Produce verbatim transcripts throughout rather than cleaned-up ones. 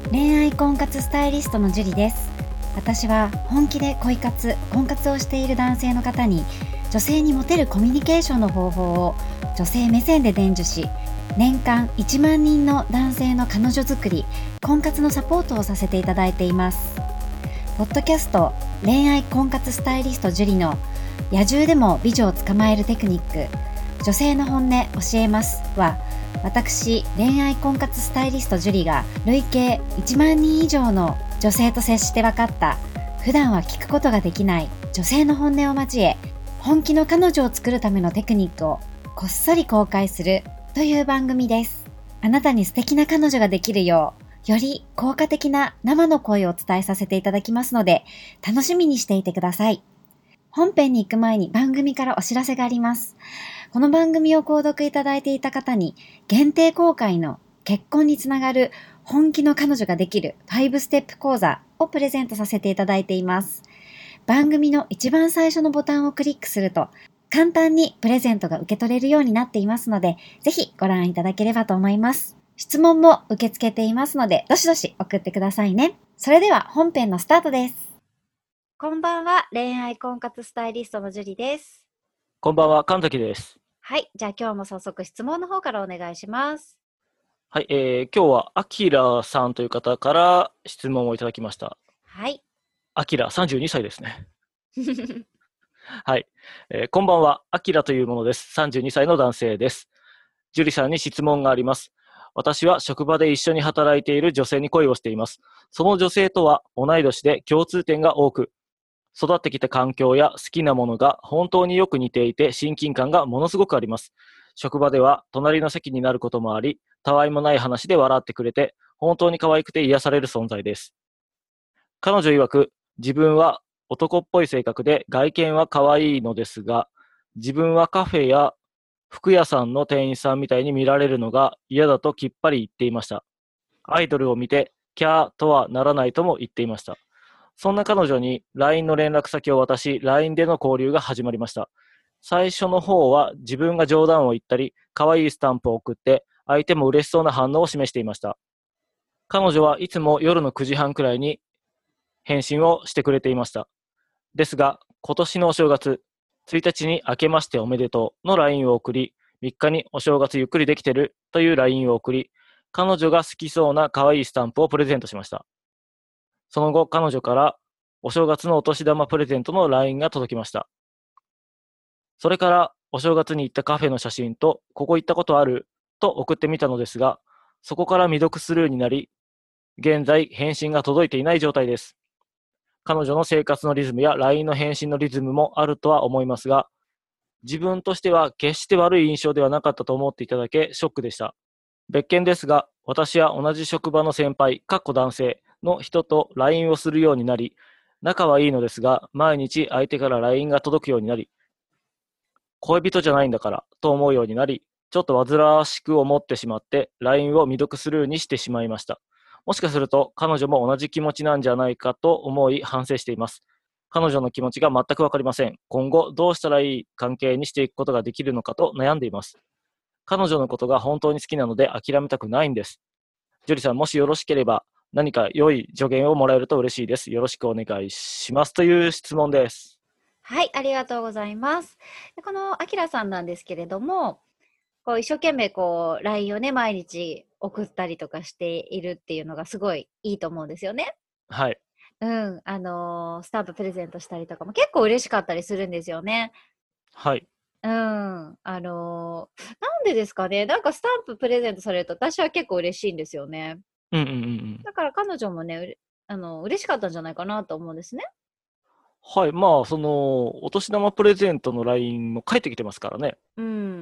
恋愛婚活スタイリストのジュリです。私は本気で恋活、婚活をしている男性の方に女性にモテるコミュニケーションの方法を女性目線で伝授し、年間いちまんにんの男性の彼女作り、婚活のサポートをさせていただいています。ポッドキャスト恋愛婚活スタイリストジュリの野獣でも美女を捕まえるテクニック、女性の本音教えますは、私恋愛婚活スタイリストジュリが累計いちまんにん以上の女性と接して分かった普段は聞くことができない女性の本音を交え、本気の彼女を作るためのテクニックをこっそり公開するという番組です。あなたに素敵な彼女ができるよう、より効果的な生の声をお伝えさせていただきますので、楽しみにしていてください。本編に行く前に番組からお知らせがあります。この番組を購読いただいていた方に限定公開の結婚につながる本気の彼女ができるごステップ講座をプレゼントさせていただいています。番組の一番最初のボタンをクリックすると簡単にプレゼントが受け取れるようになっていますので、ぜひご覧いただければと思います。質問も受け付けていますので、どしどし送ってくださいね。それでは本編のスタートです。こんばんは、恋愛婚活スタイリストのジュリです。 こんばんは、神崎です。 はい、じゃあ今日も早速質問の方からお願いします。 はい、えー、今日はアキラさんという方から質問をいただきました。 はい。 アキラさんじゅうにさいですね。はい、えー、こんばんは、アキラというものです。さんじゅうにさいの男性です。ジュリさんに質問があります。私は職場で一緒に働いている女性に恋をしています。その女性とは同い年で共通点が多く、育ってきた環境や好きなものが本当によく似ていて親近感がものすごくあります。職場では隣の席になることもあり、たわいもない話で笑ってくれて、本当に可愛くて癒される存在です。彼女曰く、自分は男っぽい性格で外見は可愛いのですが、自分はカフェや服屋さんの店員さんみたいに見られるのが嫌だときっぱり言っていました。アイドルを見て、キャーとはならないとも言っていました。そんな彼女に ライン の連絡先を渡し、ライン での交流が始まりました。最初の方は自分が冗談を言ったり、可愛いスタンプを送って、相手も嬉しそうな反応を示していました。彼女はいつも夜のくじはんくらいに返信をしてくれていました。ですが、今年のお正月、ついたちに明けましておめでとうの ライン を送り、みっかにお正月ゆっくりできてるという ライン を送り、彼女が好きそうな可愛いスタンプをプレゼントしました。その後、彼女からお正月のお年玉プレゼントの ライン が届きました。それからお正月に行ったカフェの写真と、ここ行ったことあると送ってみたのですが、そこから未読スルーになり、現在返信が届いていない状態です。彼女の生活のリズムや ライン の返信のリズムもあるとは思いますが、自分としては決して悪い印象ではなかったと思っていただけショックでした。別件ですが、私は同じ職場の先輩、かっこ男性の人と ライン をするようになり、仲はいいのですが、毎日相手から ライン が届くようになり、恋人じゃないんだからと思うようになり、ちょっと煩わしく思ってしまって、ライン を未読スルーにしてしまいました。もしかすると、彼女も同じ気持ちなんじゃないかと思い反省しています。彼女の気持ちが全くわかりません。今後、どうしたらいい関係にしていくことができるのかと悩んでいます。彼女のことが本当に好きなので諦めたくないんです。ジョリさん、もしよろしければ何か良い助言をもらえると嬉しいです。よろしくお願いします。という質問です。 はい、ありがとうございます。でこのアキラさんなんですけれども、こう一生懸命こう ライン をね、毎日送ったりとかしているっていうのがすごいいいと思うんですよね。 はい。 うん、あのースタンププレゼントしたりとかも結構嬉しかったりするんですよね。 はい。 うん、あのーなんでですかね。なんかスタンププレゼントされると私は結構嬉しいんですよね。 うんうんうんうん。 だから彼女もね、うれあの嬉しかったんじゃないかなと思うんですね。 はい。まあ、その、お年玉プレゼントの ライン も返ってきてますからね。 うん、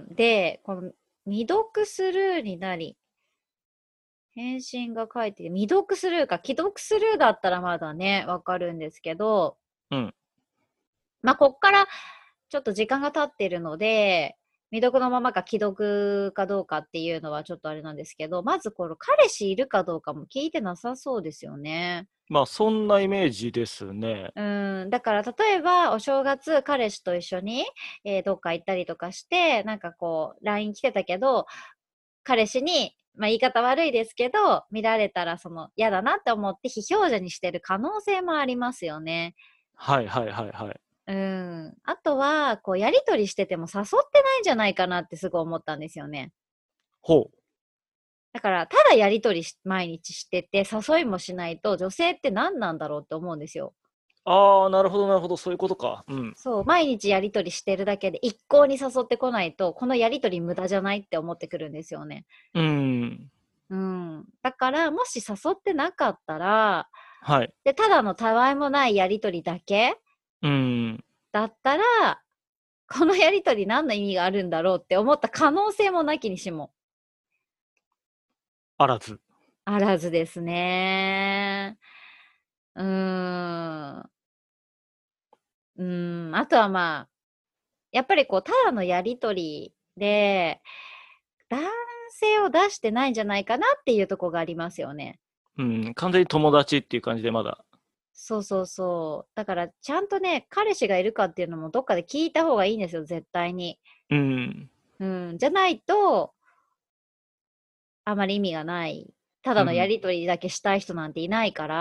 で、この未読スルーになり、返信が書いてて、未読スルーか、既読スルーだったらまだね、わかるんですけど、 うん。 まあ、こっからちょっと時間が経ってるので、未読のままか既読かどうかっていうのはちょっとあれなんですけど、まずこの彼氏いるかどうかも聞いてなさそうですよね。 まあ、そんなイメージですね。 うん、だから例えばお正月彼氏と一緒に、えーどっか行ったりとかして、なんかこう ライン 来てたけど、彼氏にまあ言い方悪いですけど、見られたらその嫌だなって思って非表示にしてる可能性もありますよね。 はいはいはいはい。 うん。あとは、こうやりとりしてても誘ってないんじゃないかなってすぐ思ったんですよね。 ほう。 だから、ただやりとりし毎日してて、誘いもしないと、女性って何なんだろうって思うんですよ。 ああ、なるほどなるほど、そういうことか。うん。 そう、毎日やりとりしてるだけで、一向に誘ってこないと、このやりとり無駄じゃないって思ってくるんですよね。 うん。 うん。だから、もし誘ってなかったら、 はい。 で、ただのたわいもないやりとりだけうん。 だったら、このやりとり何の意味があるんだろうって思った可能性もなきにしもあらず。 あらずですね。うーん。うーん。あとはまあ、やっぱりこう、ただのやりとりで、男性を出してないんじゃないかなっていうとこがありますよね。 うん。完全に友達っていう感じでまだ。 そうそうそう。だから、ちゃんとね、彼氏がいるかっていうのもどっかで聞いた方がいいんですよ、絶対に。 うん。 うん。じゃないと、あまり意味がない。ただのやうん。 りとりだけしたい人なんていないから。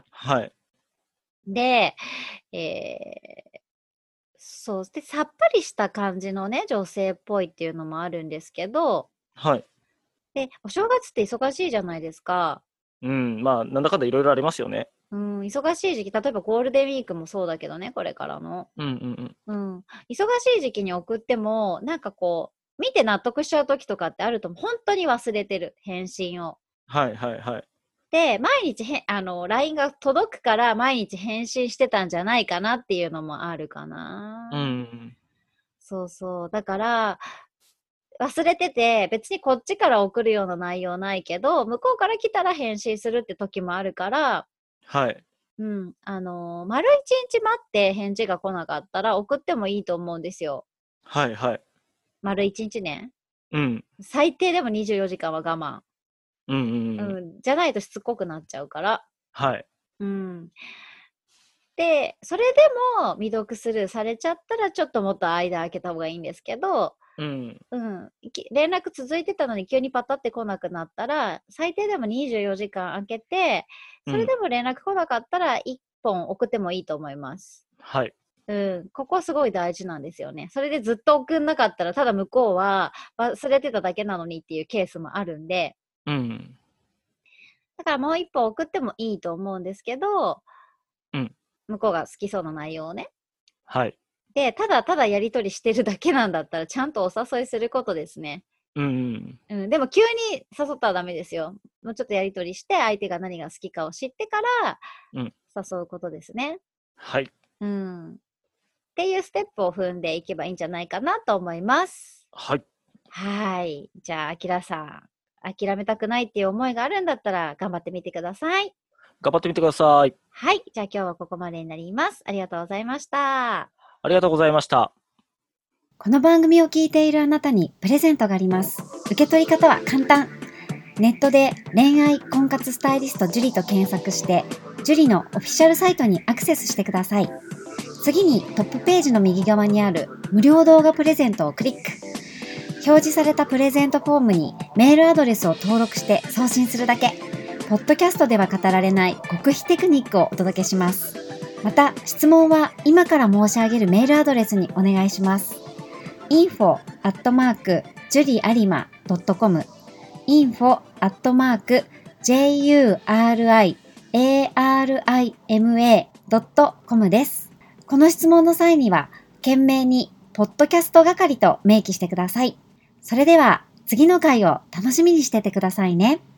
はい。 で、えーそう。で、さっぱりした感じのね、女性っぽいっていうのもあるんですけど、 はい。 で、お正月って忙しいじゃないですか。 うん。まあ、なんだかんだいろいろありますよね。 うん、忙しい時期、例えばゴールデンウィークもそうだけどね、これからの。 うんうんうん。 うん。忙しい時期に送っても、なんかこう、見て納得しちゃう時とかってあると、本当に忘れてる、返信を。 はいはいはい。 で、毎日へ、あの、ライン が届くから毎日返信してたんじゃないかなっていうのもあるかうな。 ん。 そうそう。だから、忘れてて、別にこっちから送るような内容ないけど、向こうから来たら返信するって時もあるから、 はい。 うん、あのー丸一日待って返事が来なかったら送ってもいいと思うんですよ。 はいはい。 丸一日ね。 うん。 最低でもにじゅうよじかんは我慢。 うんうんうん。 うん、じゃないとしつこくなっちゃうから。 はい。 うん。で、それでも未読スルーされちゃったら、ちょっともっと間空けた方がいいんですけど、 うん。 うん、き連絡続いてたのに急にパタって来なくなったら、最低でもにじゅうよじかん空けて、それうん。 でも連絡来なかったらいっぽん送ってもいいと思います。 はい。 うん、ここすごい大事なんですよね。それでずっと送んなかったら、ただ向こうは忘れてただけなのにっていうケースもあるんで、 うん。 だからもう一本送ってもいいと思うんですけど、 うん。 向こうが好きそうな内容をね。 はい。 で、ただただやりとりしてるだけなんだったら、ちゃんとお誘いすることですね。 うんうんうん、でも急に誘ったらダメですよ。もうちょっとやりとりして、相手が何が好きかを知ってからうん。 誘うことですね。 はい。 うん。っていうステップを踏んでいけばいいんじゃないかなと思います。 はい。 はい。じゃあ、あきらさん、諦めたくないっていう思いがあるんだったら、頑張ってみてください。 頑張ってみてください。 はい。じゃあ今日はここまでになります。ありがとうございました。 ありがとうございました。 この番組を聞いているあなたにプレゼントがあります。受け取り方は簡単。ネットで恋愛婚活スタイリスト樹と検索して、樹のオフィシャルサイトにアクセスしてください。次にトップページの右側にある無料動画プレゼントをクリック。表示されたプレゼントフォームにメールアドレスを登録して送信するだけ。ポッドキャストでは語られない極秘テクニックをお届けします。また、質問は今から申し上げるメールアドレスにお願いします。インフォ アットマーク ジュリアリマ ドットコム インフォ アットマーク ジェイユーアールアイエーアールアイエムエー ドットコム です。この質問の際には、懸命にポッドキャスト係と明記してください。それでは、次の回を楽しみにしててくださいね。